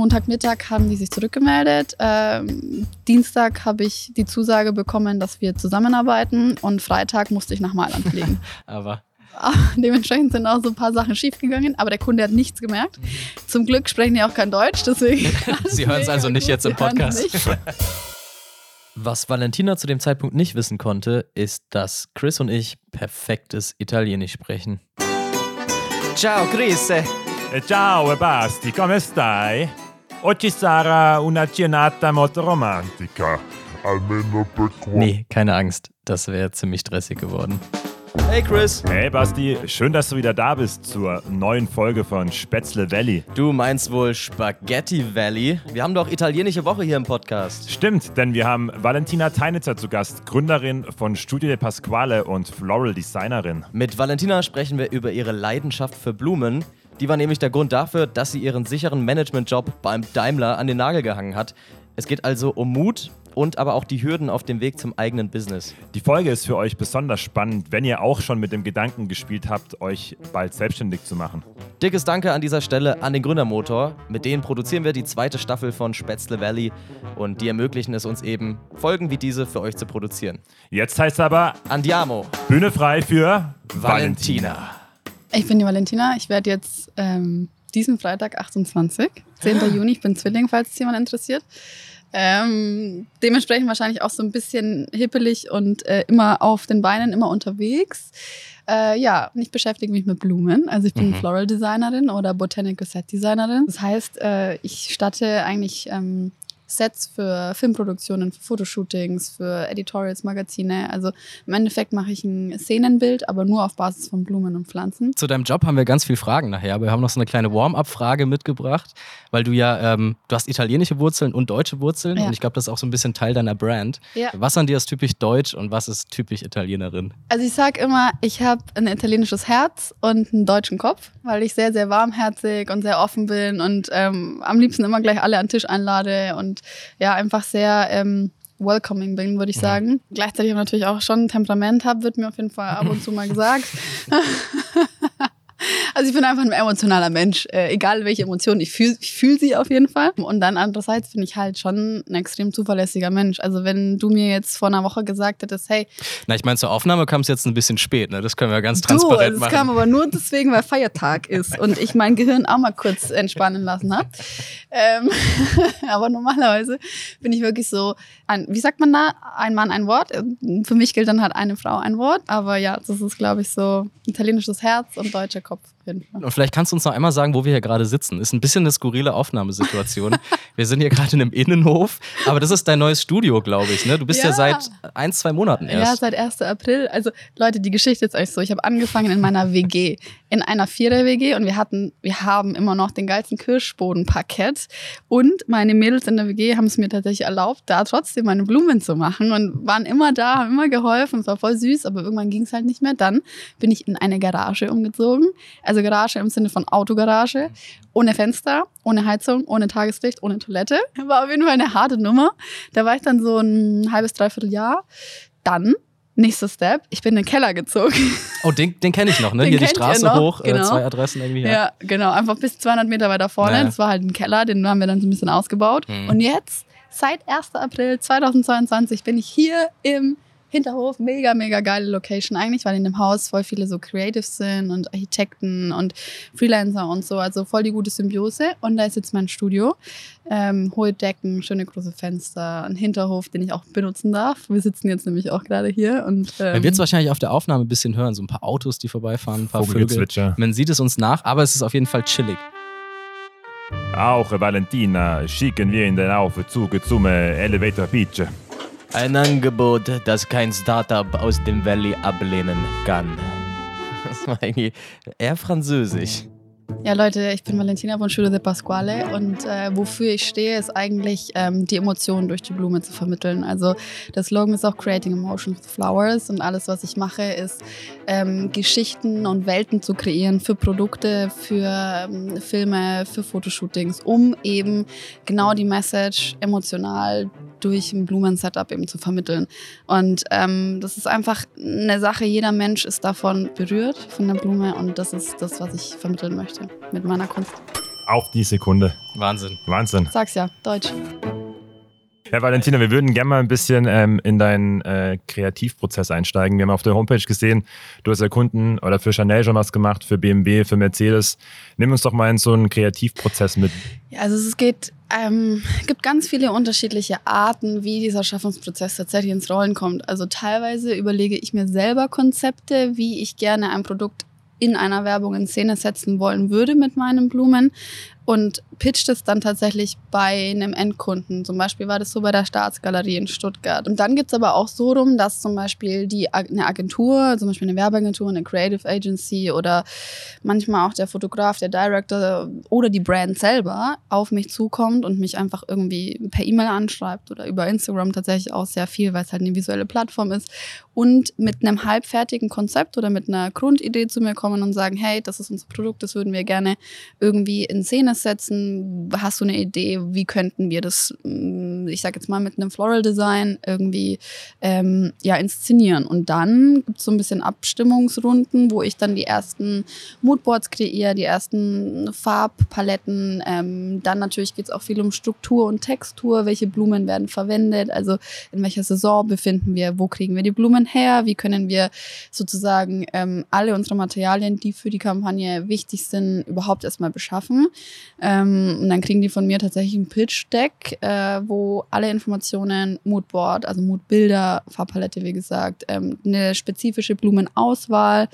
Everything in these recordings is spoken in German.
Montagmittag haben die sich zurückgemeldet. Dienstag habe ich die Zusage bekommen, dass wir zusammenarbeiten und Freitag musste ich nach Mailand fliegen. Aber dementsprechend sind auch so ein paar Sachen schiefgegangen, aber der Kunde hat nichts gemerkt. Zum Glück sprechen die auch kein Deutsch, deswegen. Sie hören es also nicht jetzt im Podcast. Nicht. Was Valentina zu dem Zeitpunkt nicht wissen konnte, ist, dass Chris und ich perfektes Italienisch sprechen. Ciao Chris. Ciao Basti, come stai? Oggi sarà una giornata molto romantica. Almeno per qua. Nee, keine Angst, das wäre ziemlich stressig geworden. Hey Chris. Hey Basti, schön, dass du wieder da bist zur neuen Folge von Spätzle Valley. Du meinst wohl Spaghetti Valley? Wir haben doch italienische Woche hier im Podcast. Stimmt, denn wir haben Valentina Teinitzer zu Gast, Gründerin von Studio de Pasquale und Floral Designerin. Mit Valentina sprechen wir über ihre Leidenschaft für Blumen. Die war nämlich der Grund dafür, dass sie ihren sicheren Managementjob beim Daimler an den Nagel gehangen hat. Es geht also um Mut und aber auch die Hürden auf dem Weg zum eigenen Business. Die Folge ist für euch besonders spannend, wenn ihr auch schon mit dem Gedanken gespielt habt, euch bald selbstständig zu machen. Dickes Danke an dieser Stelle an den Gründermotor. Mit denen produzieren wir die 2. Staffel von Spätzle Valley und die ermöglichen es uns eben, Folgen wie diese für euch zu produzieren. Jetzt heißt aber Andiamo! Bühne frei für Valentina. Ich bin die Valentina. Ich werde jetzt diesen Freitag 28, 10. Juni. Ich bin Zwilling, falls es jemand interessiert. Dementsprechend wahrscheinlich auch so ein bisschen hippelig und immer auf den Beinen, immer unterwegs. Ich beschäftige mich mit Blumen. Also ich bin Floral Designerin oder Botanical Set Designerin. Das heißt, ich statte eigentlich Sets für Filmproduktionen, für Fotoshootings, für Editorials, Magazine. Also im Endeffekt mache ich ein Szenenbild, aber nur auf Basis von Blumen und Pflanzen. Zu deinem Job haben wir ganz viele Fragen nachher, aber wir haben noch so eine kleine Warm-up-Frage mitgebracht, weil du ja, du hast italienische Wurzeln und deutsche Wurzeln und ich glaube, das ist auch so ein bisschen Teil deiner Brand. Ja. Was an dir ist typisch deutsch und was ist typisch Italienerin? Also ich sage immer, ich habe ein italienisches Herz und einen deutschen Kopf, weil ich sehr, sehr warmherzig und sehr offen bin und am liebsten immer gleich alle an den Tisch einlade und einfach sehr welcoming bin, würde ich sagen. Gleichzeitig natürlich auch schon ein Temperament habe, wird mir auf jeden Fall ab und zu mal gesagt. Also ich bin einfach ein emotionaler Mensch, egal welche Emotionen, ich fühl sie auf jeden Fall. Und dann andererseits bin ich halt schon ein extrem zuverlässiger Mensch. Also wenn du mir jetzt vor einer Woche gesagt hättest, hey... Na, ich meine, zur Aufnahme kam es jetzt ein bisschen spät, ne? Das können wir ganz transparent machen. Das kam aber nur deswegen, weil Feiertag ist und ich mein Gehirn auch mal kurz entspannen lassen habe. Aber normalerweise bin ich wirklich so, wie sagt man da, ein Mann, ein Wort. Für mich gilt dann halt eine Frau, ein Wort. Aber ja, das ist, glaube ich, so italienisches Herz und deutscher Kopf. Und vielleicht kannst du uns noch einmal sagen, wo wir hier gerade sitzen. Ist ein bisschen eine skurrile Aufnahmesituation. Wir sind hier gerade in einem Innenhof, aber das ist dein neues Studio, glaube ich. Ne? Du bist ja seit 1-2 Monaten erst. Ja, seit 1. April. Also Leute, die Geschichte ist eigentlich so. Ich habe angefangen in meiner WG, in einer 4er-WG und wir haben immer noch den geilsten Kirschbodenparkett und meine Mädels in der WG haben es mir tatsächlich erlaubt, da trotzdem meine Blumen zu machen und waren immer da, haben immer geholfen. Es war voll süß, aber irgendwann ging es halt nicht mehr. Dann bin ich in eine Garage umgezogen. Also Garage im Sinne von Autogarage, ohne Fenster, ohne Heizung, ohne Tageslicht, ohne Toilette. War auf jeden Fall eine harte Nummer. Da war ich dann so ein halbes, dreiviertel Jahr. Dann, nächster Step, ich bin in den Keller gezogen. Oh, den kenne ich noch, ne? Den Hier die kennt ihr Straße noch, hoch, genau. 2 Adressen irgendwie. Ja, genau, einfach bis 200 Meter weiter vorne. Ja. Das war halt ein Keller, den haben wir dann so ein bisschen ausgebaut. Und jetzt, seit 1. April 2022, bin ich hier im Hinterhof, mega, mega geile Location eigentlich, weil in dem Haus voll viele so Creatives sind und Architekten und Freelancer und so, also voll die gute Symbiose. Und da ist jetzt mein Studio. Hohe Decken, schöne große Fenster, ein Hinterhof, den ich auch benutzen darf. Wir sitzen jetzt nämlich auch gerade hier. Und, Man wird es wahrscheinlich auf der Aufnahme ein bisschen hören, so ein paar Autos, die vorbeifahren, ein paar Vögel. Vogelgezwitscher. Man sieht es uns nach, aber es ist auf jeden Fall chillig. Auch Valentina schicken wir in den Aufzug zum Elevator Beach. Ein Angebot, das kein Startup aus dem Valley ablehnen kann. Das war irgendwie eher französisch. Ja, Leute, ich bin Valentina von Studio de Pasquale und wofür ich stehe, ist eigentlich die Emotionen durch die Blume zu vermitteln. Also der Slogan ist auch Creating Emotion with Flowers und alles, was ich mache, ist Geschichten und Welten zu kreieren für Produkte, für Filme, für Fotoshootings, um eben genau die Message emotional durch ein Blumen-Setup eben zu vermitteln. Und das ist einfach eine Sache, jeder Mensch ist davon berührt, von der Blume und das ist das, was ich vermitteln möchte mit meiner Kunst. Auf die Sekunde. Wahnsinn. Sag's ja, Deutsch. Ja, Valentina, wir würden gerne mal ein bisschen in deinen Kreativprozess einsteigen. Wir haben auf der Homepage gesehen, du hast ja Kunden oder für Chanel schon was gemacht, für BMW, für Mercedes. Nimm uns doch mal in so einen Kreativprozess mit. Ja, also es gibt ganz viele unterschiedliche Arten, wie dieser Schaffensprozess tatsächlich ins Rollen kommt. Also teilweise überlege ich mir selber Konzepte, wie ich gerne ein Produkt in einer Werbung in Szene setzen wollen würde mit meinen Blumen und pitcht es dann tatsächlich bei einem Endkunden. Zum Beispiel war das so bei der Staatsgalerie in Stuttgart. Und dann gibt es aber auch so rum, dass zum Beispiel eine Agentur, zum Beispiel eine Werbeagentur, eine Creative Agency oder manchmal auch der Fotograf, der Director oder die Brand selber auf mich zukommt und mich einfach irgendwie per E-Mail anschreibt oder über Instagram tatsächlich auch sehr viel, weil es halt eine visuelle Plattform ist und mit einem halbfertigen Konzept oder mit einer Grundidee zu mir kommen und sagen, hey, das ist unser Produkt, das würden wir gerne irgendwie in Szene setzen. Hast du eine Idee, wie könnten wir das, ich sag jetzt mal mit einem Floral Design irgendwie inszenieren? Und dann gibt es so ein bisschen Abstimmungsrunden, wo ich dann die ersten Moodboards kreiere, die ersten Farbpaletten. Dann natürlich geht es auch viel um Struktur und Textur, welche Blumen werden verwendet, also in welcher Saison befinden wir, wo kriegen wir die Blumen her, wie können wir sozusagen alle unsere Materialien, die für die Kampagne wichtig sind, überhaupt erstmal beschaffen. Und dann kriegen die von mir tatsächlich ein Pitch-Deck, wo alle Informationen, Moodboard, also Moodbilder, Farbpalette, wie gesagt, eine spezifische Blumenauswahl,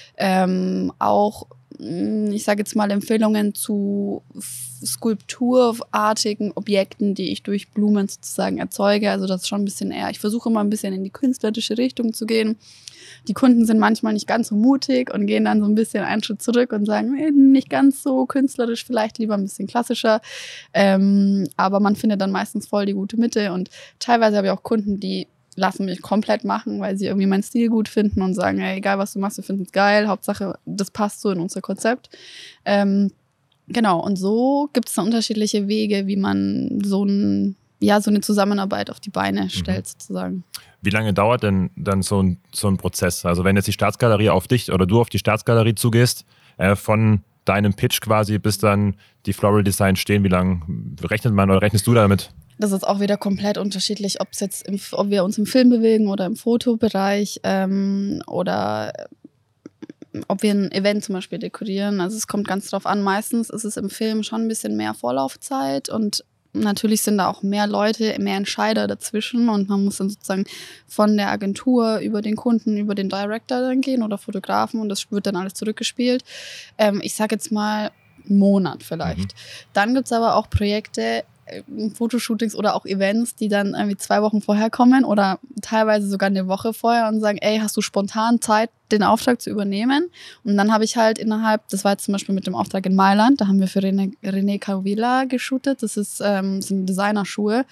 auch, ich sage jetzt mal, Empfehlungen zu skulpturartigen Objekten, die ich durch Blumen sozusagen erzeuge. Also das ist schon ein bisschen eher, ich versuche immer ein bisschen in die künstlerische Richtung zu gehen. Die Kunden sind manchmal nicht ganz so mutig und gehen dann so ein bisschen einen Schritt zurück und sagen, nicht ganz so künstlerisch, vielleicht lieber ein bisschen klassischer. Aber man findet dann meistens voll die gute Mitte. Und teilweise habe ich auch Kunden, die lassen mich komplett machen, weil sie irgendwie meinen Stil gut finden und sagen, hey, egal was du machst, wir finden es geil. Hauptsache, das passt so in unser Konzept. Genau, und so gibt es unterschiedliche Wege, wie man so eine Zusammenarbeit auf die Beine stellt, sozusagen. Wie lange dauert denn dann so ein Prozess? Also wenn jetzt die Staatsgalerie auf dich oder du auf die Staatsgalerie zugehst, von deinem Pitch quasi bis dann die Floral Design stehen, wie lange rechnet man oder rechnest du damit? Das ist auch wieder komplett unterschiedlich, ob wir uns im Film bewegen oder im Fotobereich oder ob wir ein Event zum Beispiel dekorieren. Also es kommt ganz drauf an. Meistens ist es im Film schon ein bisschen mehr Vorlaufzeit und natürlich sind da auch mehr Leute, mehr Entscheider dazwischen und man muss dann sozusagen von der Agentur über den Kunden, über den Director dann gehen oder Fotografen und das wird dann alles zurückgespielt. Ich sage jetzt mal einen Monat vielleicht. Dann gibt es aber auch Projekte, Fotoshootings oder auch Events, die dann irgendwie 2 Wochen vorher kommen oder teilweise sogar eine Woche vorher und sagen, ey, hast du spontan Zeit, den Auftrag zu übernehmen? Und dann habe ich halt das war jetzt zum Beispiel mit dem Auftrag in Mailand, da haben wir für René Caovilla geshootet, das sind Designerschuhe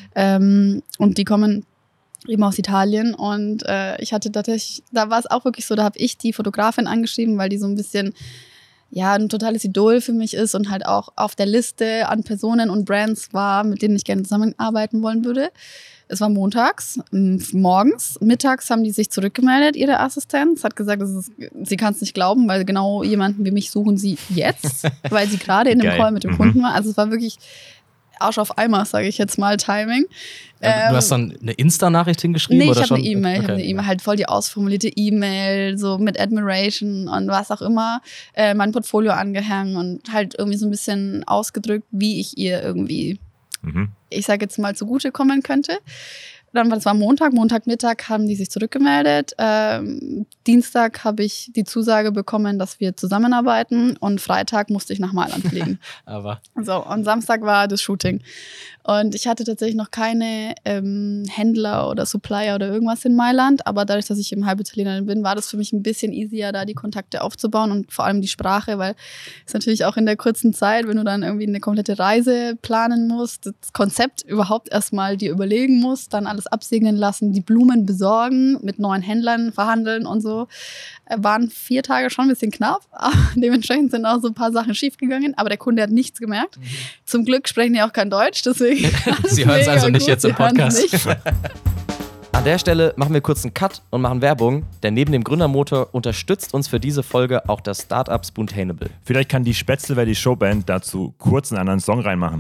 und die kommen eben aus Italien und ich hatte tatsächlich, da war es auch wirklich so, da habe ich die Fotografin angeschrieben, weil die so ein bisschen ein totales Idol für mich ist und halt auch auf der Liste an Personen und Brands war, mit denen ich gerne zusammenarbeiten wollen würde. Es war montags, morgens, mittags haben die sich zurückgemeldet, ihre Assistenz, hat gesagt, sie kann es nicht glauben, weil genau jemanden wie mich suchen sie jetzt, weil sie gerade in dem Call mit dem Kunden war. Also es war wirklich Arsch auf Eimer, sage ich jetzt mal, Timing. Du hast dann eine Insta-Nachricht hingeschrieben? Nee, oder ich habe schon? Ich habe eine E-Mail, halt voll die ausformulierte E-Mail, so mit Admiration und was auch immer, mein Portfolio angehangen und halt irgendwie so ein bisschen ausgedrückt, wie ich ihr irgendwie, ich sage jetzt mal, zugutekommen könnte. Das war Montagmittag haben die sich zurückgemeldet. Dienstag habe ich die Zusage bekommen, dass wir zusammenarbeiten und Freitag musste ich nach Mailand fliegen. Aber. So, und Samstag war das Shooting. Und ich hatte tatsächlich noch keine Händler oder Supplier oder irgendwas in Mailand, aber dadurch, dass ich eben halbe Italienerin bin, war das für mich ein bisschen easier, da die Kontakte aufzubauen und vor allem die Sprache, weil es natürlich auch in der kurzen Zeit, wenn du dann irgendwie eine komplette Reise planen musst, das Konzept überhaupt erstmal dir überlegen musst, dann alles absegnen lassen, die Blumen besorgen, mit neuen Händlern verhandeln und so, waren 4 Tage schon ein bisschen knapp. Dementsprechend sind auch so ein paar Sachen schiefgegangen, aber der Kunde hat nichts gemerkt. Zum Glück sprechen die auch kein Deutsch, deswegen Sie hören es also nicht jetzt im Podcast. An der Stelle machen wir kurz einen Cut und machen Werbung, denn neben dem Gründermotor unterstützt uns für diese Folge auch das Startup Spoontainable. Vielleicht kann die Spätzle Valley Showband dazu kurz einen anderen Song reinmachen.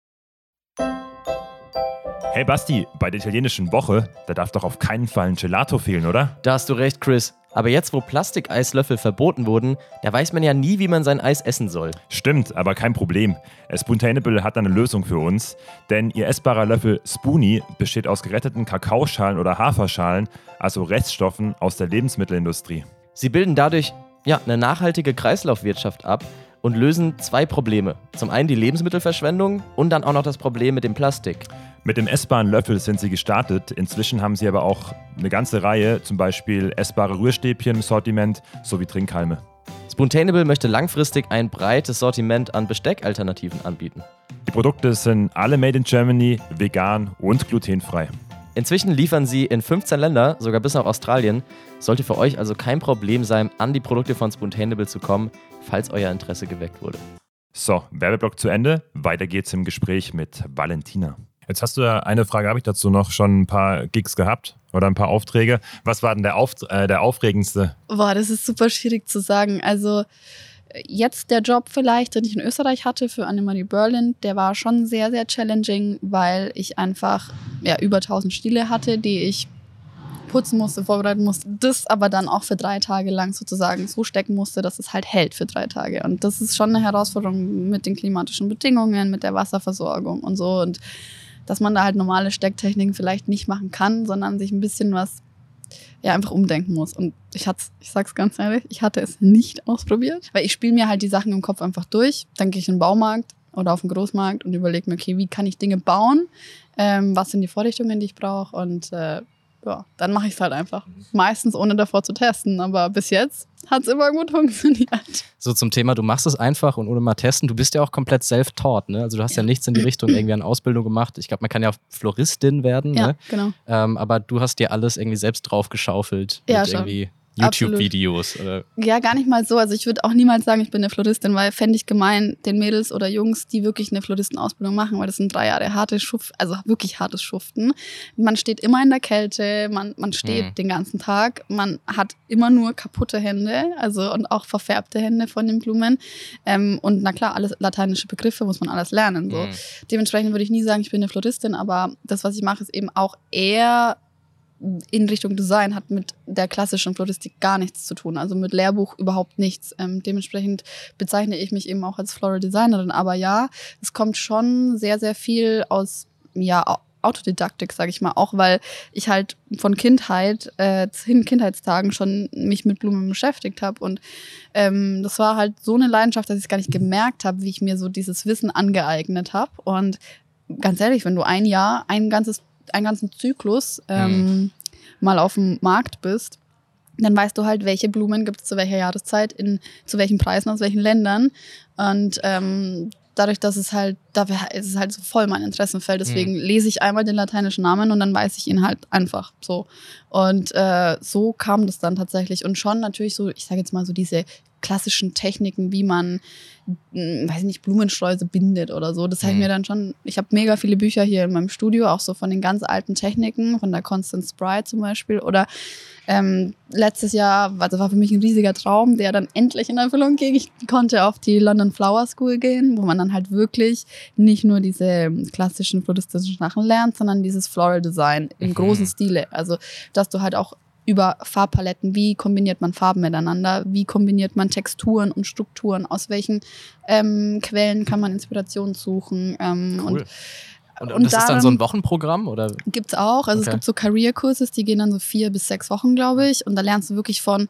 Hey Basti, bei der italienischen Woche, da darf doch auf keinen Fall ein Gelato fehlen, oder? Da hast du recht, Chris. Aber jetzt, wo Plastikeisslöffel verboten wurden, da weiß man ja nie, wie man sein Eis essen soll. Stimmt, aber kein Problem. Spoontainable hat eine Lösung für uns, denn ihr essbarer Löffel Spoonie besteht aus geretteten Kakaoschalen oder Haferschalen, also Reststoffen aus der Lebensmittelindustrie. Sie bilden dadurch eine nachhaltige Kreislaufwirtschaft ab und lösen 2 Probleme. Zum einen die Lebensmittelverschwendung und dann auch noch das Problem mit dem Plastik. Mit dem essbaren Löffel sind sie gestartet. Inzwischen haben sie aber auch eine ganze Reihe, zum Beispiel essbare Rührstäbchen im Sortiment sowie Trinkhalme. Spoontainable möchte langfristig ein breites Sortiment an Besteckalternativen anbieten. Die Produkte sind alle made in Germany, vegan und glutenfrei. Inzwischen liefern sie in 15 Länder, sogar bis nach Australien. Sollte für euch also kein Problem sein, an die Produkte von Spoontainable zu kommen, falls euer Interesse geweckt wurde. So, Werbeblock zu Ende. Weiter geht's im Gespräch mit Valentina. Jetzt hast du ja eine Frage, habe ich dazu noch schon ein paar Gigs gehabt oder ein paar Aufträge. Was war denn der aufregendste? Boah, das ist super schwierig zu sagen. Also jetzt der Job vielleicht, den ich in Österreich hatte für Annemarie Berlin, der war schon sehr, sehr challenging, weil ich einfach über 1000 Stile hatte, die ich putzen musste, vorbereiten musste, das aber dann auch für 3 Tage lang sozusagen so stecken musste, dass es halt hält für 3 Tage. Und das ist schon eine Herausforderung mit den klimatischen Bedingungen, mit der Wasserversorgung und so. Und dass man da halt normale Stecktechniken vielleicht nicht machen kann, sondern sich ein bisschen was einfach umdenken muss. Und ich sag's ganz ehrlich, ich hatte es nicht ausprobiert, weil ich spiele mir halt die Sachen im Kopf einfach durch. Dann gehe ich in den Baumarkt oder auf den Großmarkt und überlege mir, okay, wie kann ich Dinge bauen? Was sind die Vorrichtungen, die ich brauche? Und dann mache ich es halt einfach. Meistens ohne davor zu testen, aber bis jetzt hat es immer gut funktioniert. So zum Thema, du machst es einfach und ohne mal testen. Du bist ja auch komplett self-taught, ne? Also du hast ja nichts in die Richtung irgendwie an Ausbildung gemacht. Ich glaube, man kann ja Floristin werden, ja, ne? Genau. Aber du hast dir alles irgendwie selbst drauf geschaufelt mit irgendwie YouTube-Videos. Ja, gar nicht mal so. Also ich würde auch niemals sagen, ich bin eine Floristin, weil fände ich gemein, den Mädels oder Jungs, die wirklich eine Floristenausbildung machen, weil das sind 3 Jahre also wirklich hartes Schuften. Man steht immer in der Kälte, man steht den ganzen Tag, man hat immer nur kaputte Hände, und auch verfärbte Hände von den Blumen. Und na klar, alles lateinische Begriffe muss man alles lernen. So. Dementsprechend würde ich nie sagen, ich bin eine Floristin, aber das, was ich mache, ist eben auch eher in Richtung Design, hat mit der klassischen Floristik gar nichts zu tun, also mit Lehrbuch überhaupt nichts. Dementsprechend bezeichne ich mich eben auch als Floral Designerin, aber ja, es kommt schon sehr, sehr viel aus Autodidaktik, sage ich mal, auch weil ich halt von Kindheitstagen schon mich mit Blumen beschäftigt habe und das war halt so eine Leidenschaft, dass ich es gar nicht gemerkt habe, wie ich mir so dieses Wissen angeeignet habe. Und ganz ehrlich, wenn du ein Jahr, einen ganzen Zyklus mal auf dem Markt bist, dann weißt du halt, welche Blumen gibt es zu welcher Jahreszeit, zu welchen Preisen, aus welchen Ländern. Und dadurch, dass dafür ist es halt so voll mein Interessenfeld. Deswegen lese ich einmal den lateinischen Namen und dann weiß ich ihn halt einfach so. Und so kam das dann tatsächlich. Und schon natürlich so, ich sage jetzt mal so diese klassischen Techniken, wie man, Blumensträuße bindet oder so. Das habe ich mir dann schon, ich habe mega viele Bücher hier in meinem Studio, auch so von den ganz alten Techniken, von der Constance Spry zum Beispiel. Oder letztes Jahr, das war für mich ein riesiger Traum, der dann endlich in Erfüllung ging. Ich konnte auf die London Flower School gehen, wo man dann halt wirklich nicht nur diese klassischen floristischen Sachen lernt, sondern dieses Floral Design im großen Stile. Also, dass du halt auch über Farbpaletten, wie kombiniert man Farben miteinander, wie kombiniert man Texturen und Strukturen, aus welchen Quellen kann man Inspiration suchen. Cool. Und das ist dann so ein Wochenprogramm? Oder? Gibt's auch. Also es gibt so Career-Kurses, die gehen dann so 4 bis 6 Wochen, glaube ich. Und da lernst du wirklich von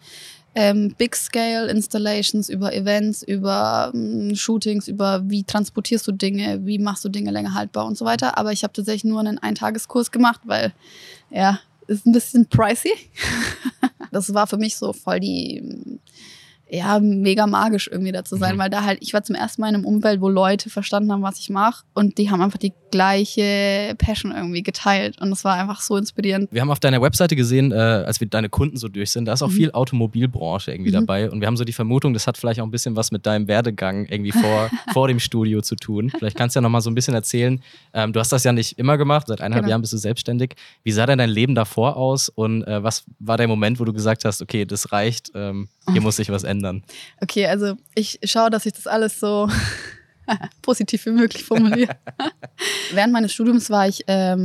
Big-Scale-Installations, über Events, über Shootings, über wie transportierst du Dinge, wie machst du Dinge länger haltbar und so weiter. Aber ich habe tatsächlich nur einen Eintageskurs gemacht, weil, ist ein bisschen pricey. Das war für mich so voll die mega magisch irgendwie da zu sein, weil da halt, ich war zum ersten Mal in einem Umfeld, wo Leute verstanden haben, was ich mache und die haben einfach die gleiche Passion irgendwie geteilt und das war einfach so inspirierend. Wir haben auf deiner Webseite gesehen, als wir deine Kunden so durch sind, da ist auch viel Automobilbranche irgendwie dabei und wir haben so die Vermutung, das hat vielleicht auch ein bisschen was mit deinem Werdegang irgendwie vor dem Studio zu tun. Vielleicht kannst du ja noch mal so ein bisschen erzählen, du hast das ja nicht immer gemacht, seit 1,5 Jahren bist du selbstständig. Wie sah denn dein Leben davor aus und was war der Moment, wo du gesagt hast, okay, das reicht, hier muss sich was ändern? Okay, also ich schaue, dass ich das alles so positiv wie möglich formuliere. Während meines Studiums war ich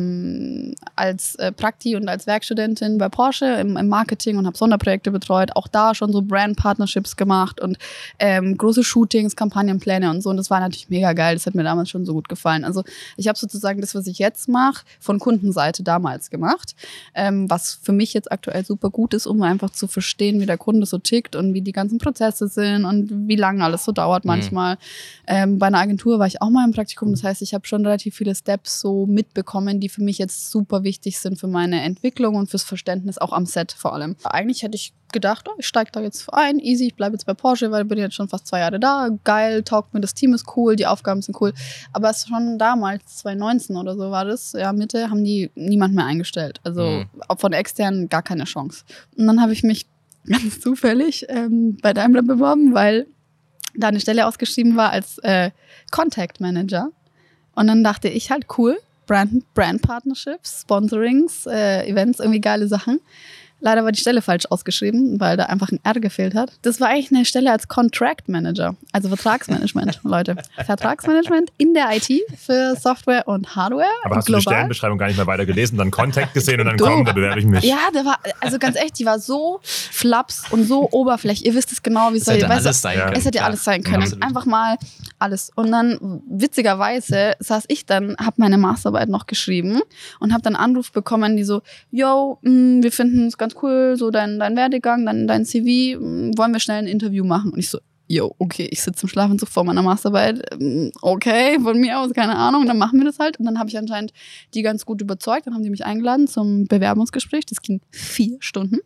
als Prakti und als Werkstudentin bei Porsche im Marketing und habe Sonderprojekte betreut. Auch da schon so Brand-Partnerships gemacht und große Shootings, Kampagnenpläne und so. Und das war natürlich mega geil. Das hat mir damals schon so gut gefallen. Also ich habe sozusagen das, was ich jetzt mache, von Kundenseite damals gemacht. Was für mich jetzt aktuell super gut ist, um einfach zu verstehen, wie der Kunde so tickt und wie die ganzen Prozesse sind und wie lange alles so dauert manchmal. Bei einer Agentur war ich auch mal im Praktikum. Das heißt, ich habe schon relativ viele Steps so mitbekommen, die für mich jetzt super wichtig sind für meine Entwicklung und fürs Verständnis, auch am Set vor allem. Eigentlich hätte ich gedacht, ich steige da jetzt ein, easy, ich bleibe jetzt bei Porsche, weil ich bin jetzt schon fast 2 Jahre da. Geil, taugt mir, das Team ist cool, die Aufgaben sind cool. Aber es schon damals, 2019 oder so war das, ja Mitte, haben die niemand mehr eingestellt. Also auch von externen gar keine Chance. Und dann habe ich mich ganz zufällig bei Daimler beworben, weil da eine Stelle ausgeschrieben war als Contact Manager. Und dann dachte ich halt, cool, Brand Partnerships, Sponsorings, Events, irgendwie geile Sachen. Leider war die Stelle falsch ausgeschrieben, weil da einfach ein R gefehlt hat. Das war eigentlich eine Stelle als Contract Manager, also Vertragsmanagement, Leute. Vertragsmanagement in der IT für Software und Hardware. Aber hast du die Stellenbeschreibung gar nicht mehr weiter gelesen, dann Contact gesehen und dann komm, da bewerbe ich mich. Ja, der war, also ganz echt, die war so flaps und so oberflächlich. Ihr wisst es genau, wie es soll. Es hätte alles sein können. Absolut. Einfach mal alles. Und dann, witzigerweise, saß ich dann, habe meine Masterarbeit noch geschrieben und habe dann einen Anruf bekommen, die so, yo, wir finden es ganz cool, so dein Werdegang, dein CV, wollen wir schnell ein Interview machen? Und ich so, yo, okay, ich sitze im Schlafanzug vor meiner Masterarbeit, okay, von mir aus, keine Ahnung, dann machen wir das halt. Und dann habe ich anscheinend die ganz gut überzeugt, dann haben die mich eingeladen zum Bewerbungsgespräch, das ging 4 Stunden.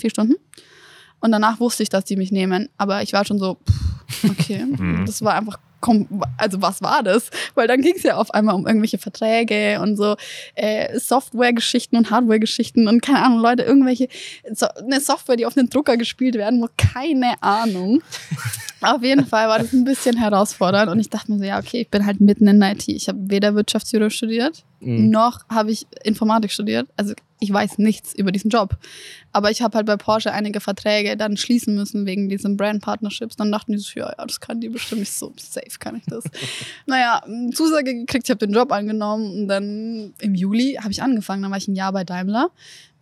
Und danach wusste ich, dass die mich nehmen, aber ich war schon so, okay, das war einfach, also was war das? Weil dann ging es ja auf einmal um irgendwelche Verträge und so Software-Geschichten und Hardware-Geschichten und keine Ahnung, Leute, eine Software, die auf einen Drucker gespielt werden muss, keine Ahnung. Auf jeden Fall war das ein bisschen herausfordernd und ich dachte mir so, ja, okay, ich bin halt mitten in der IT. Ich habe weder Wirtschaftsjura studiert, noch habe ich Informatik studiert. Also ich weiß nichts über diesen Job. Aber ich habe halt bei Porsche einige Verträge dann schließen müssen wegen diesen Brand-Partnerships. Dann dachten die so, ja, das kann die bestimmt nicht so safe, kann ich das. Naja, Zusage gekriegt, ich habe den Job angenommen und dann im Juli habe ich angefangen. Dann war ich ein Jahr bei Daimler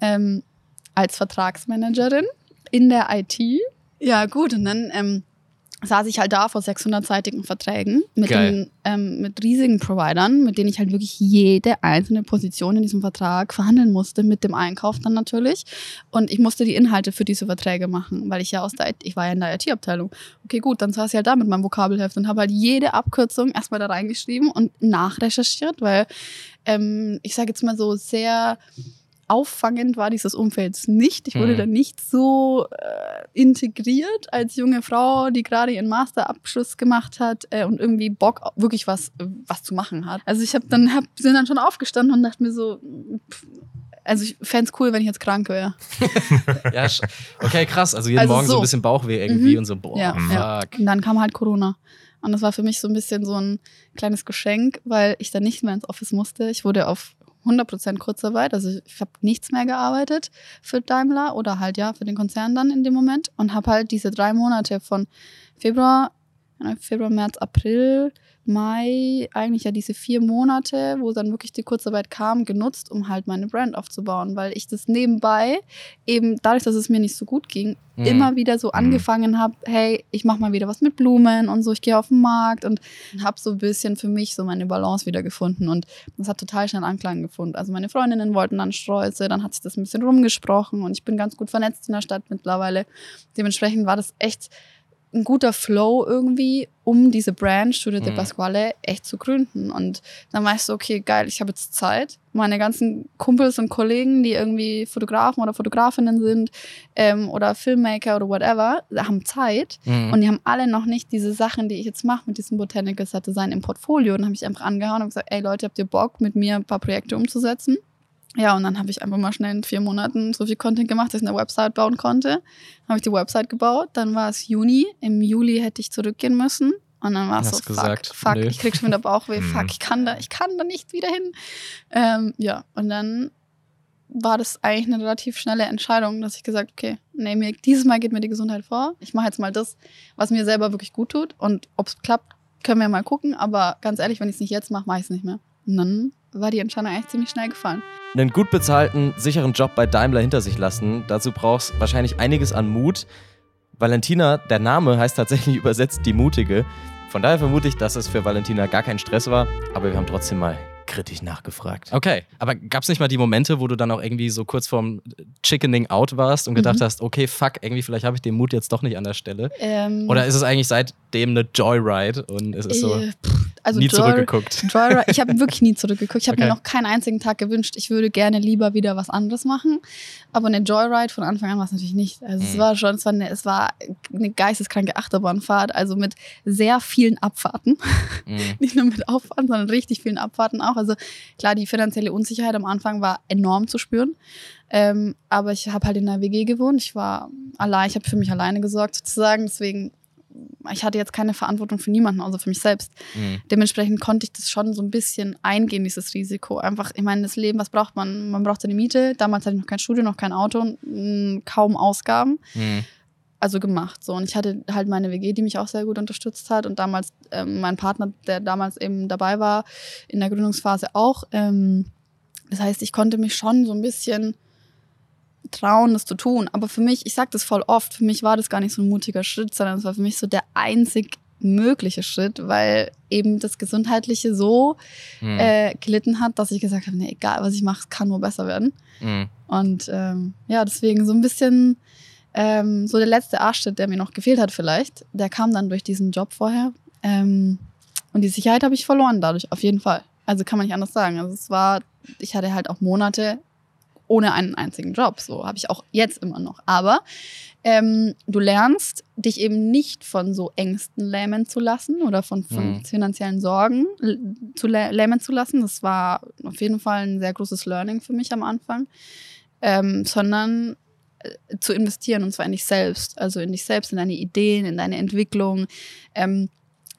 als Vertragsmanagerin in der IT. Ja gut, und dann saß ich halt da vor 600-seitigen Verträgen mit riesigen Providern, mit denen ich halt wirklich jede einzelne Position in diesem Vertrag verhandeln musste, mit dem Einkauf dann natürlich. Und ich musste die Inhalte für diese Verträge machen, weil ich ja ich war ja in der IT-Abteilung. Okay, gut, dann saß ich halt da mit meinem Vokabelheft und habe halt jede Abkürzung erstmal da reingeschrieben und nachrecherchiert, weil ich sage jetzt mal so sehr auffangend war dieses Umfeld nicht. Ich wurde da nicht so integriert als junge Frau, die gerade ihren Masterabschluss gemacht hat und irgendwie Bock, wirklich was zu machen hat. Also ich bin dann schon aufgestanden und dachte mir so, also ich fände es cool, wenn ich jetzt krank wäre. Ja, okay, krass. Also jeden Morgen so ein bisschen Bauchweh irgendwie und so, boah, ja, fuck. Ja. Und dann kam halt Corona. Und das war für mich so ein bisschen so ein kleines Geschenk, weil ich dann nicht mehr ins Office musste. Ich wurde auf 100% Kurzarbeit, also ich habe nichts mehr gearbeitet für Daimler oder halt ja für den Konzern dann in dem Moment und habe halt diese 3 Monate von Februar, März, April, Mai, eigentlich ja diese 4 Monate, wo dann wirklich die Kurzarbeit kam, genutzt, um halt meine Brand aufzubauen, weil ich das nebenbei eben dadurch, dass es mir nicht so gut ging, immer wieder so angefangen habe, hey, ich mache mal wieder was mit Blumen und so, ich gehe auf den Markt und habe so ein bisschen für mich so meine Balance wieder gefunden und das hat total schnell Anklang gefunden. Also meine Freundinnen wollten dann Sträuße, dann hat sich das ein bisschen rumgesprochen und ich bin ganz gut vernetzt in der Stadt mittlerweile. Dementsprechend war das echt ein guter Flow irgendwie, um diese Brand Studio de Pasquale echt zu gründen. Und dann weißt du, okay, geil, ich habe jetzt Zeit. Meine ganzen Kumpels und Kollegen, die irgendwie Fotografen oder Fotografinnen sind oder Filmmaker oder whatever, haben Zeit. Und die haben alle noch nicht diese Sachen, die ich jetzt mache mit diesem Botanical Set Design im Portfolio. Und dann habe ich einfach angehauen und gesagt, ey Leute, habt ihr Bock, mit mir ein paar Projekte umzusetzen? Ja, und dann habe ich einfach mal schnell in 4 Monaten so viel Content gemacht, dass ich eine Website bauen konnte. Dann habe ich die Website gebaut, dann war es Juni. Im Juli hätte ich zurückgehen müssen. Und dann war es so, fuck, nö. Ich krieg schon wieder Bauchweh, fuck, ich kann da nicht wieder hin. Ja, und dann war das eigentlich eine relativ schnelle Entscheidung, dass ich gesagt habe, okay, nee, dieses Mal geht mir die Gesundheit vor. Ich mache jetzt mal das, was mir selber wirklich gut tut. Und ob es klappt, können wir mal gucken. Aber ganz ehrlich, wenn ich es nicht jetzt mache, mache ich es nicht mehr. Und dann war die Entscheidung eigentlich ziemlich schnell gefallen. Einen gut bezahlten, sicheren Job bei Daimler hinter sich lassen, dazu brauchst du wahrscheinlich einiges an Mut. Valentina, der Name heißt tatsächlich übersetzt die Mutige. Von daher vermute ich, dass es für Valentina gar kein Stress war, aber wir haben trotzdem mal kritisch nachgefragt. Okay, aber gab es nicht mal die Momente, wo du dann auch irgendwie so kurz vorm Chickening out warst und gedacht hast, okay, fuck, irgendwie vielleicht habe ich den Mut jetzt doch nicht an der Stelle? Oder ist es eigentlich seitdem eine Joyride und es ist so nie zurückgeguckt? Joyride, ich habe wirklich nie zurückgeguckt. Ich habe mir noch keinen einzigen Tag gewünscht, ich würde gerne lieber wieder was anderes machen. Aber eine Joyride von Anfang an war es natürlich nicht. Also es war eine geisteskranke Achterbahnfahrt, also mit sehr vielen Abfahrten. Nicht nur mit Auffahrten, sondern richtig vielen Abfahrten auch. Also klar, die finanzielle Unsicherheit am Anfang war enorm zu spüren. Aber ich habe halt in einer WG gewohnt. Ich war allein, ich habe für mich alleine gesorgt sozusagen. Deswegen, ich hatte jetzt keine Verantwortung für niemanden, außer für mich selbst. Dementsprechend konnte ich das schon so ein bisschen eingehen, dieses Risiko. Einfach, ich meine, das Leben, was braucht man? Man braucht seine Miete. Damals hatte ich noch kein Studio, noch kein Auto, kaum Ausgaben. Also gemacht. So. Und ich hatte halt meine WG, die mich auch sehr gut unterstützt hat. Und damals mein Partner, der damals eben dabei war, in der Gründungsphase auch. Das heißt, ich konnte mich schon so ein bisschen trauen, das zu tun. Aber für mich, ich sage das voll oft, für mich war das gar nicht so ein mutiger Schritt, sondern es war für mich so der einzig mögliche Schritt, weil eben das Gesundheitliche so gelitten hat, dass ich gesagt habe, nee, egal was ich mache, es kann nur besser werden. Und ja, deswegen so ein bisschen so der letzte Arschtritt, der mir noch gefehlt hat vielleicht, der kam dann durch diesen Job vorher. Und die Sicherheit habe ich verloren dadurch, auf jeden Fall. Also kann man nicht anders sagen. Also ich hatte halt auch Monate ohne einen einzigen Job. So habe ich auch jetzt immer noch. Aber du lernst, dich eben nicht von so Ängsten lähmen zu lassen oder von finanziellen Sorgen lähmen zu lassen. Das war auf jeden Fall ein sehr großes Learning für mich am Anfang. Sondern zu investieren, und zwar in dich selbst. Also in dich selbst, in deine Ideen, in deine Entwicklung, in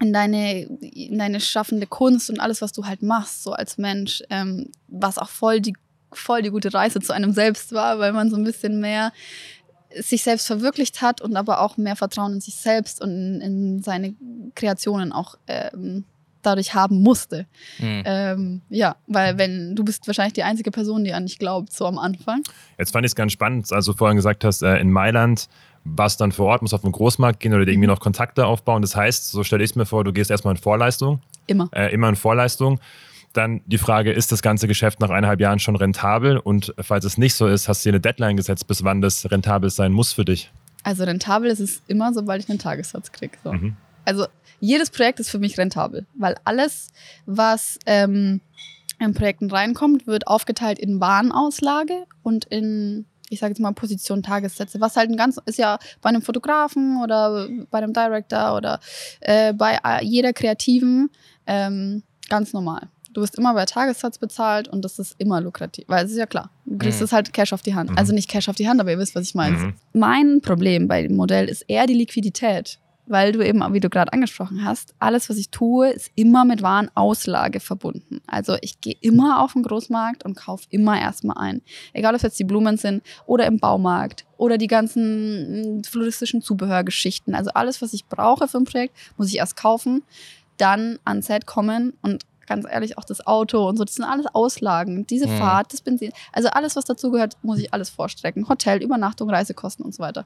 deine schaffende Kunst und alles, was du halt machst, so als Mensch, was auch voll die gute Reise zu einem selbst war, weil man so ein bisschen mehr sich selbst verwirklicht hat und aber auch mehr Vertrauen in sich selbst und in seine Kreationen auch dadurch haben musste. Ja, weil du bist wahrscheinlich die einzige Person, die an dich glaubt, so am Anfang. Jetzt fand ich es ganz spannend, als du vorhin gesagt hast, in Mailand warst dann vor Ort, musst auf den Großmarkt gehen oder dir irgendwie noch Kontakte aufbauen. Das heißt, so stelle ich es mir vor, du gehst erstmal in Vorleistung. Immer in Vorleistung. Dann die Frage, ist das ganze Geschäft nach 1,5 Jahren schon rentabel? Und falls es nicht so ist, hast du dir eine Deadline gesetzt, bis wann das rentabel sein muss für dich? Also rentabel ist es immer, sobald ich einen Tagessatz kriege. So. Also jedes Projekt ist für mich rentabel, weil alles, was in Projekten reinkommt, wird aufgeteilt in Warenauslage und in, ich sage jetzt mal, Position Tagessätze. Was halt ist ja bei einem Fotografen oder bei einem Director oder bei jeder Kreativen ganz normal. Du wirst immer bei Tagessatz bezahlt und das ist immer lukrativ, weil es ist ja klar, du kriegst es halt Cash auf die Hand. Also nicht Cash auf die Hand, aber ihr wisst, was ich meine. Mein Problem bei dem Modell ist eher die Liquidität, weil du eben, wie du gerade angesprochen hast, alles, was ich tue, ist immer mit Warenauslage verbunden. Also ich gehe immer auf den Großmarkt und kaufe immer erstmal ein. Egal, ob es jetzt die Blumen sind oder im Baumarkt oder die ganzen floristischen Zubehörgeschichten. Also alles, was ich brauche für ein Projekt, muss ich erst kaufen, dann ans Set kommen und ganz ehrlich, auch das Auto und so, das sind alles Auslagen. Diese Fahrt, das Benzin, also alles, was dazugehört, muss ich alles vorstrecken. Hotel, Übernachtung, Reisekosten und so weiter.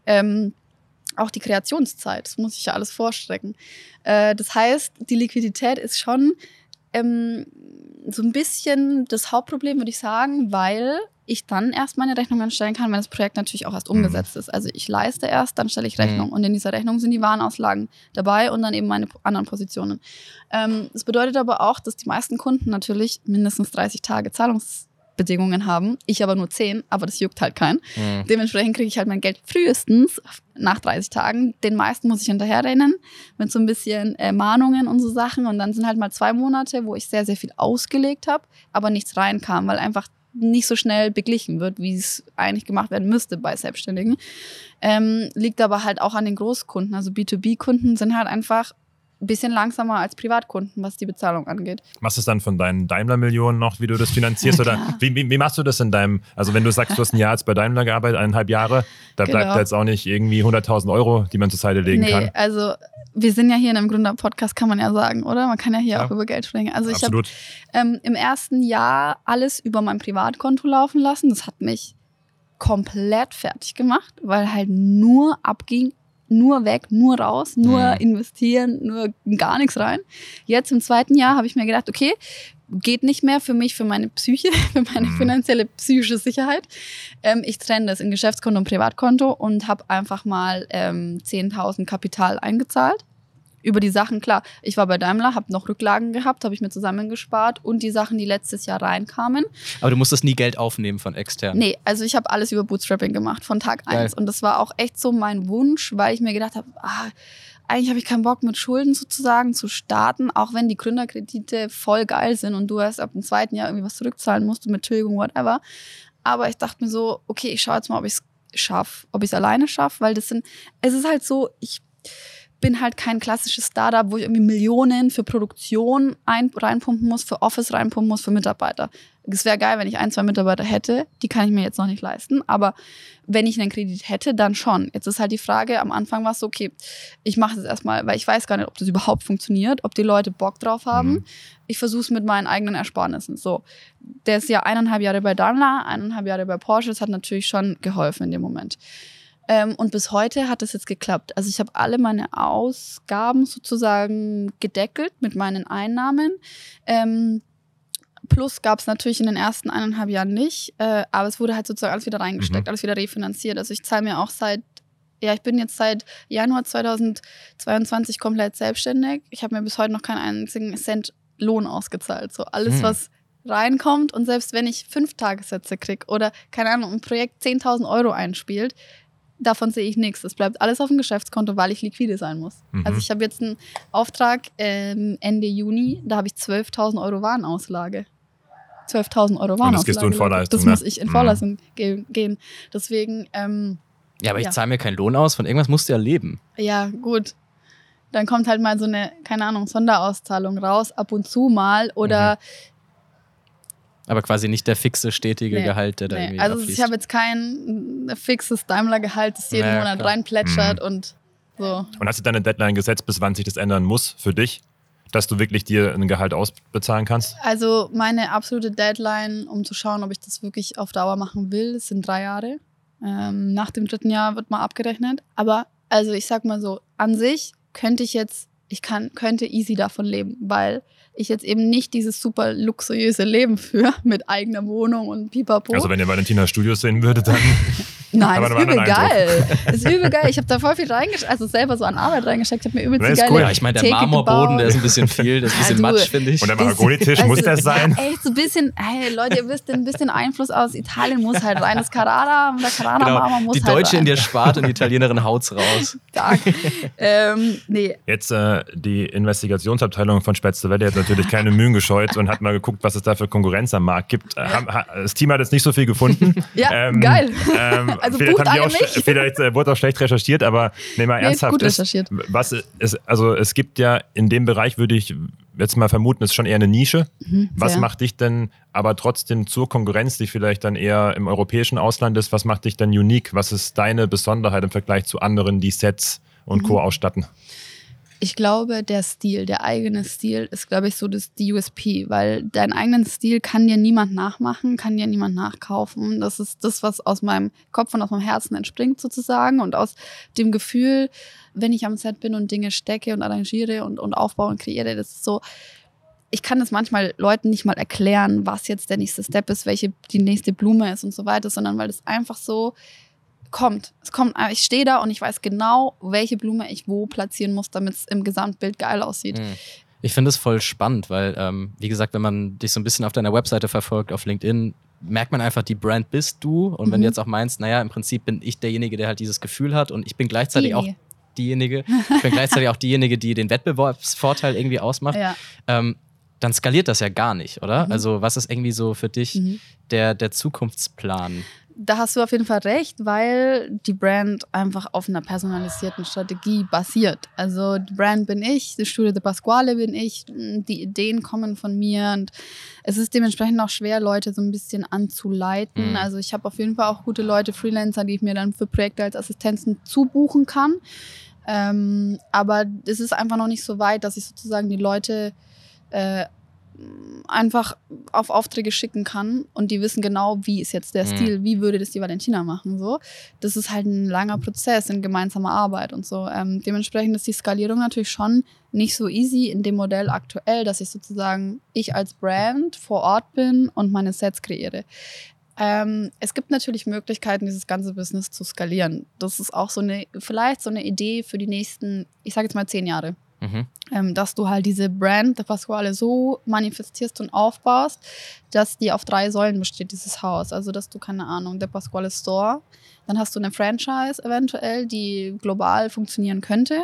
Auch die Kreationszeit, das muss ich ja alles vorstrecken. Das heißt, die Liquidität ist schon so ein bisschen das Hauptproblem, würde ich sagen, weil ich dann erst meine Rechnungen stellen kann, wenn das Projekt natürlich auch erst umgesetzt ist. Also ich leiste erst, dann stelle ich Rechnung. Und in dieser Rechnung sind die Warenauslagen dabei und dann eben meine anderen Positionen. Das bedeutet aber auch, dass die meisten Kunden natürlich mindestens 30 Tage Zahlungsbedingungen haben. Ich aber nur 10, aber das juckt halt keinen. Dementsprechend kriege ich halt mein Geld frühestens nach 30 Tagen. Den meisten muss ich hinterherrennen mit so ein bisschen Mahnungen und so Sachen. Und dann sind halt mal 2 Monate, wo ich sehr, sehr viel ausgelegt habe, aber nichts reinkam, weil einfach nicht so schnell beglichen wird, wie es eigentlich gemacht werden müsste bei Selbstständigen. Liegt aber halt auch an den Großkunden. Also B2B-Kunden sind halt einfach ein bisschen langsamer als Privatkunden, was die Bezahlung angeht. Machst du es dann von deinen Daimler-Millionen noch, wie du das finanzierst? Oder wie machst du das in deinem, also wenn du sagst, du hast ein Jahr jetzt bei Daimler gearbeitet, 1,5 Jahre, da bleibt da jetzt auch nicht irgendwie 100.000 Euro, die man zur Seite legen kann. Nee, also wir sind ja hier in einem Gründer-Podcast, kann man ja sagen, oder? Man kann ja hier auch über Geld sprechen. Also ich habe im ersten Jahr alles über mein Privatkonto laufen lassen. Das hat mich komplett fertig gemacht, weil halt nur abging, nur weg, nur raus, nur investieren, nur gar nichts rein. Jetzt im 2. Jahr habe ich mir gedacht, okay, geht nicht mehr für mich, für meine Psyche, für meine finanzielle psychische Sicherheit. Ich trenne das in Geschäftskonto und Privatkonto und habe einfach mal 10.000 Kapital eingezahlt. Über die Sachen, klar, ich war bei Daimler, habe noch Rücklagen gehabt, habe ich mir zusammengespart und die Sachen, die letztes Jahr reinkamen. Aber du musstest nie Geld aufnehmen von extern? Nee, also ich habe alles über Bootstrapping gemacht, von Tag 1. Und das war auch echt so mein Wunsch, weil ich mir gedacht habe, eigentlich habe ich keinen Bock mit Schulden sozusagen zu starten, auch wenn die Gründerkredite voll geil sind und du erst ab dem 2. Jahr irgendwie was zurückzahlen musst und mit Tilgung, whatever. Aber ich dachte mir so, okay, ich schaue jetzt mal, ob ich es schaffe, ob ich es alleine schaffe, weil es ist halt so, ich bin halt kein klassisches Startup, wo ich irgendwie Millionen für Produktion reinpumpen muss, für Office reinpumpen muss, für Mitarbeiter. Es wäre geil, wenn ich 1, 2 Mitarbeiter hätte. Die kann ich mir jetzt noch nicht leisten. Aber wenn ich einen Kredit hätte, dann schon. Jetzt ist halt die Frage, am Anfang war es so, okay, ich mache das erstmal, weil ich weiß gar nicht, ob das überhaupt funktioniert, ob die Leute Bock drauf haben. Ich versuche es mit meinen eigenen Ersparnissen. So, der ist ja 1,5 Jahre bei Daimler, 1,5 Jahre bei Porsche. Das hat natürlich schon geholfen in dem Moment. Und bis heute hat es jetzt geklappt. Also ich habe alle meine Ausgaben sozusagen gedeckelt mit meinen Einnahmen. Plus gab es natürlich in den ersten 1,5 Jahren nicht. Aber es wurde halt sozusagen alles wieder reingesteckt, alles wieder refinanziert. Also ich zahle mir auch ich bin jetzt seit Januar 2022 komplett selbstständig. Ich habe mir bis heute noch keinen einzigen Cent Lohn ausgezahlt. So alles, was reinkommt und selbst wenn ich 5 Tagessätze kriege oder, keine Ahnung, ein Projekt 10.000 Euro einspielt, davon sehe ich nichts. Das bleibt alles auf dem Geschäftskonto, weil ich liquide sein muss. Also ich habe jetzt einen Auftrag Ende Juni, da habe ich 12.000 Euro Warenauslage. 12.000 Euro Warenauslage. Und das gehst du in Vorleistung, das muss ich in Vorleistung gehen. Deswegen, ja, aber ich zahle mir keinen Lohn aus, von irgendwas musst du ja leben. Ja, gut. Dann kommt halt mal so eine, keine Ahnung, Sonderauszahlung raus, ab und zu mal oder aber quasi nicht der fixe, stetige Gehalt, der da irgendwie also abfließt. ich habe jetzt kein fixes Daimler-Gehalt, das jeden Monat reinplätschert und so. Und hast du deine Deadline gesetzt, bis wann sich das ändern muss für dich, dass du wirklich dir ein Gehalt ausbezahlen kannst? Also meine absolute Deadline, um zu schauen, ob ich das wirklich auf Dauer machen will, sind 3 Jahre. Nach dem 3. Jahr wird mal abgerechnet. Aber also ich sag mal so, an sich könnte könnte easy davon leben, weil ich jetzt eben nicht dieses super luxuriöse Leben führe mit eigener Wohnung und pipapo. Also wenn ihr Valentina Studios sehen würdet, dann nein, das ist übel geil. Das ist übel geil. Ich habe da voll viel selber so an Arbeit reingesteckt. Ich habe mir übelst die geile cool. Ja, ich meine, der Theke Marmorboden, gebaut. der ist ein bisschen viel, der ist ein bisschen matsch, finde ich. Und der Mahagoni-Tisch, muss der sein? Ja, echt so ein bisschen, hey Leute, ihr wisst, ein bisschen Einfluss aus Italien muss halt rein. Das Carrara, der Carrara-Marmor muss die halt rein. Die Deutsche in dir spart und die Italienerin haut's raus. Stark. Nee. Jetzt die Investigationsabteilung von Spätzle hat natürlich keine Mühen gescheut und hat mal geguckt, was es da für Konkurrenz am Markt gibt. Das Team hat jetzt nicht so viel gefunden. Ja, geil. Also vielleicht wurde auch schlecht recherchiert, aber nehmen wir ernsthaft. Gut recherchiert. Es gibt ja in dem Bereich, würde ich jetzt mal vermuten, ist schon eher eine Nische. Was macht dich denn aber trotzdem zur Konkurrenz, die vielleicht dann eher im europäischen Ausland ist, was macht dich denn unique? Was ist deine Besonderheit im Vergleich zu anderen, die Sets und Co. ausstatten? Ich glaube, der eigene Stil ist, glaube ich, so die USP, weil deinen eigenen Stil kann dir niemand nachmachen, kann dir niemand nachkaufen. Das ist das, was aus meinem Kopf und aus meinem Herzen entspringt sozusagen und aus dem Gefühl, wenn ich am Set bin und Dinge stecke und arrangiere und aufbaue und kreiere, das ist so, ich kann das manchmal Leuten nicht mal erklären, was jetzt der nächste Step ist, welche die nächste Blume ist und so weiter, sondern weil das einfach so kommt. Ich stehe da und ich weiß genau, welche Blume ich wo platzieren muss, damit es im Gesamtbild geil aussieht. Ich finde es voll spannend, weil, wie gesagt, wenn man dich so ein bisschen auf deiner Webseite verfolgt, auf LinkedIn, merkt man einfach, die Brand bist du. Und wenn du jetzt auch meinst, naja, im Prinzip bin ich derjenige, der halt dieses Gefühl hat und ich bin gleichzeitig auch diejenige, die den Wettbewerbsvorteil irgendwie ausmacht, dann skaliert das ja gar nicht, oder? Also was ist irgendwie so für dich der Zukunftsplan? Da hast du auf jeden Fall recht, weil die Brand einfach auf einer personalisierten Strategie basiert. Also die Brand bin ich, das Studio de Pasquale bin ich, die Ideen kommen von mir und es ist dementsprechend auch schwer, Leute so ein bisschen anzuleiten. Also ich habe auf jeden Fall auch gute Leute, Freelancer, die ich mir dann für Projekte als Assistenzen zubuchen kann. Aber es ist einfach noch nicht so weit, dass ich sozusagen die Leute einfach auf Aufträge schicken kann und die wissen genau, wie ist jetzt der Stil, wie würde das die Valentina machen. So. Das ist halt ein langer Prozess in gemeinsamer Arbeit und so. Dementsprechend ist die Skalierung natürlich schon nicht so easy in dem Modell aktuell, dass ich als Brand vor Ort bin und meine Sets kreiere. Es gibt natürlich Möglichkeiten, dieses ganze Business zu skalieren. Das ist auch vielleicht so eine Idee für die nächsten, ich sage jetzt mal 10 Jahre. Dass du halt diese Brand, der Pasquale, so manifestierst und aufbaust, dass die auf 3 Säulen besteht, dieses Haus. Also, dass du, keine Ahnung, der Pasquale Store, dann hast du eine Franchise eventuell, die global funktionieren könnte,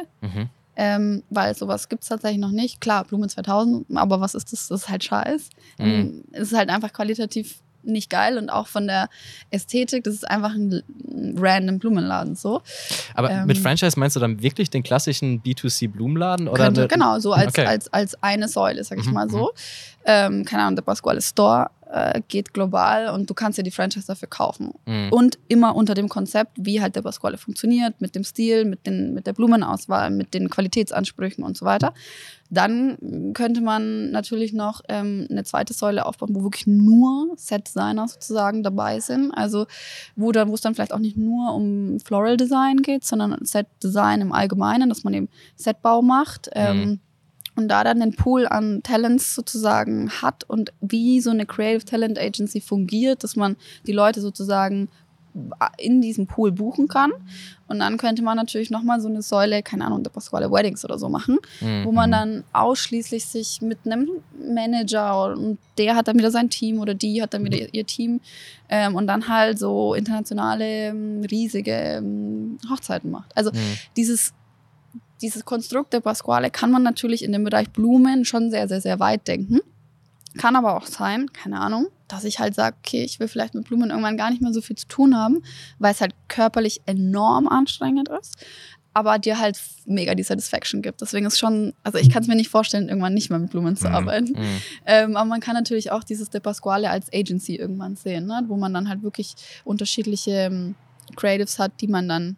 weil sowas gibt es tatsächlich noch nicht. Klar, Blumen 2000, aber was ist das? Das ist halt Scheiß. Es ist halt einfach qualitativ nicht geil und auch von der Ästhetik, das ist einfach ein random Blumenladen so. Aber mit Franchise meinst du dann wirklich den klassischen B2C-Blumenladen? Oder genau, so als eine Säule, sag ich mal so. Keine Ahnung, der Pasquale Store geht global und du kannst ja die Franchise dafür kaufen. Und immer unter dem Konzept, wie halt der Pasquale funktioniert, mit dem Stil, mit der Blumenauswahl, mit den Qualitätsansprüchen und so weiter. Dann könnte man natürlich noch eine zweite Säule aufbauen, wo wirklich nur Set-Designer sozusagen dabei sind. Also wo es dann vielleicht auch nicht nur um Floral Design geht, sondern Set-Design im Allgemeinen, dass man eben Setbau macht. Und da dann den Pool an Talents sozusagen hat und wie so eine Creative Talent Agency fungiert, dass man die Leute sozusagen in diesem Pool buchen kann. Und dann könnte man natürlich nochmal so eine Säule, keine Ahnung, der Pasquale Weddings oder so machen, wo man dann ausschließlich sich mit einem Manager und der hat dann wieder sein Team oder die hat dann wieder ihr Team und dann halt so internationale, riesige Hochzeiten macht. Also dieses Konstrukt der Pasquale kann man natürlich in dem Bereich Blumen schon sehr, sehr, sehr weit denken. Kann aber auch sein, keine Ahnung, dass ich halt sage, okay, ich will vielleicht mit Blumen irgendwann gar nicht mehr so viel zu tun haben, weil es halt körperlich enorm anstrengend ist, aber dir halt mega die Satisfaction gibt. Deswegen ist schon, also ich kann es mir nicht vorstellen, irgendwann nicht mehr mit Blumen zu arbeiten. Aber man kann natürlich auch dieses De Pasquale als Agency irgendwann sehen, ne? Wo man dann halt wirklich unterschiedliche Creatives hat, die man dann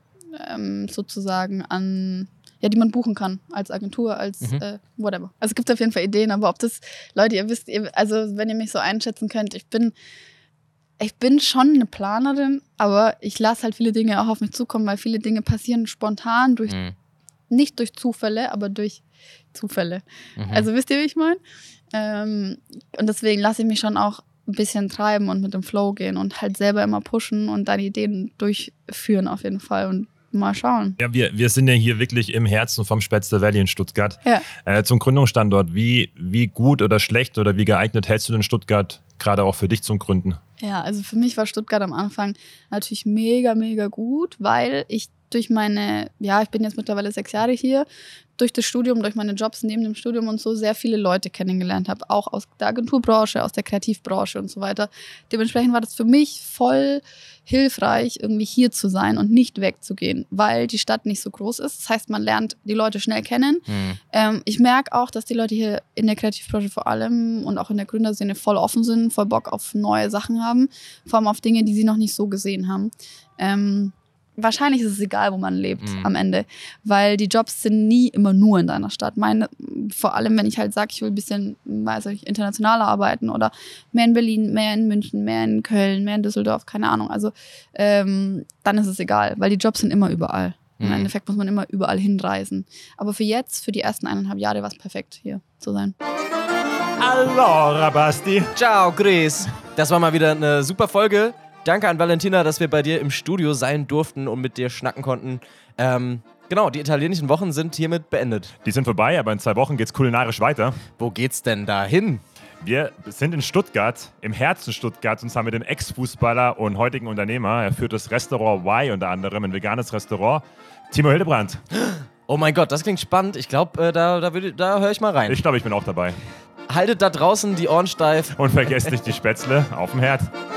sozusagen die man buchen kann als Agentur, als whatever. Also es gibt auf jeden Fall Ideen, aber ob das, Leute, ihr wisst, also wenn ihr mich so einschätzen könnt, ich bin schon eine Planerin, aber ich lasse halt viele Dinge auch auf mich zukommen, weil viele Dinge passieren spontan nicht durch Zufälle, aber durch Zufälle. Also wisst ihr, wie ich meine? Und deswegen lasse ich mich schon auch ein bisschen treiben und mit dem Flow gehen und halt selber immer pushen und dann Ideen durchführen auf jeden Fall und mal schauen. Ja, wir sind ja hier wirklich im Herzen vom Spätzle Valley in Stuttgart. Ja. Zum Gründungsstandort, wie gut oder schlecht oder wie geeignet hältst du denn Stuttgart gerade auch für dich zum Gründen? Ja, also für mich war Stuttgart am Anfang natürlich mega, mega gut, weil ich durch ich bin jetzt mittlerweile 6 Jahre hier, durch das Studium, durch meine Jobs neben dem Studium und so sehr viele Leute kennengelernt habe, auch aus der Agenturbranche, aus der Kreativbranche und so weiter. Dementsprechend war das für mich voll hilfreich, irgendwie hier zu sein und nicht wegzugehen, weil die Stadt nicht so groß ist. Das heißt, man lernt die Leute schnell kennen. Ich merke auch, dass die Leute hier in der Kreativbranche vor allem und auch in der Gründerszene voll offen sind, voll Bock auf neue Sachen haben, vor allem auf Dinge, die sie noch nicht so gesehen haben. Wahrscheinlich ist es egal, wo man lebt am Ende, weil die Jobs sind nie immer nur in deiner Stadt. Vor allem, wenn ich halt sage, ich will ein bisschen internationaler arbeiten oder mehr in Berlin, mehr in München, mehr in Köln, mehr in Düsseldorf, keine Ahnung. Also dann ist es egal, weil die Jobs sind immer überall. Im Endeffekt muss man immer überall hinreisen. Aber für die ersten 1,5 Jahre war es perfekt, hier zu sein. Allora, Basti. Ciao, Chris. Das war mal wieder eine super Folge. Danke an Valentina, dass wir bei dir im Studio sein durften und mit dir schnacken konnten. Genau, die italienischen Wochen sind hiermit beendet. Die sind vorbei, aber in 2 Wochen geht's kulinarisch weiter. Wo geht's denn da hin? Wir sind in Stuttgart, im Herzen Stuttgarts, und zwar mit dem Ex-Fußballer und heutigen Unternehmer. Er führt das Restaurant Y unter anderem, ein veganes Restaurant. Timo Hildebrand. Oh mein Gott, das klingt spannend. Ich glaube, da höre ich mal rein. Ich glaube, ich bin auch dabei. Haltet da draußen die Ohren steif. Und vergesst nicht die Spätzle auf dem Herd.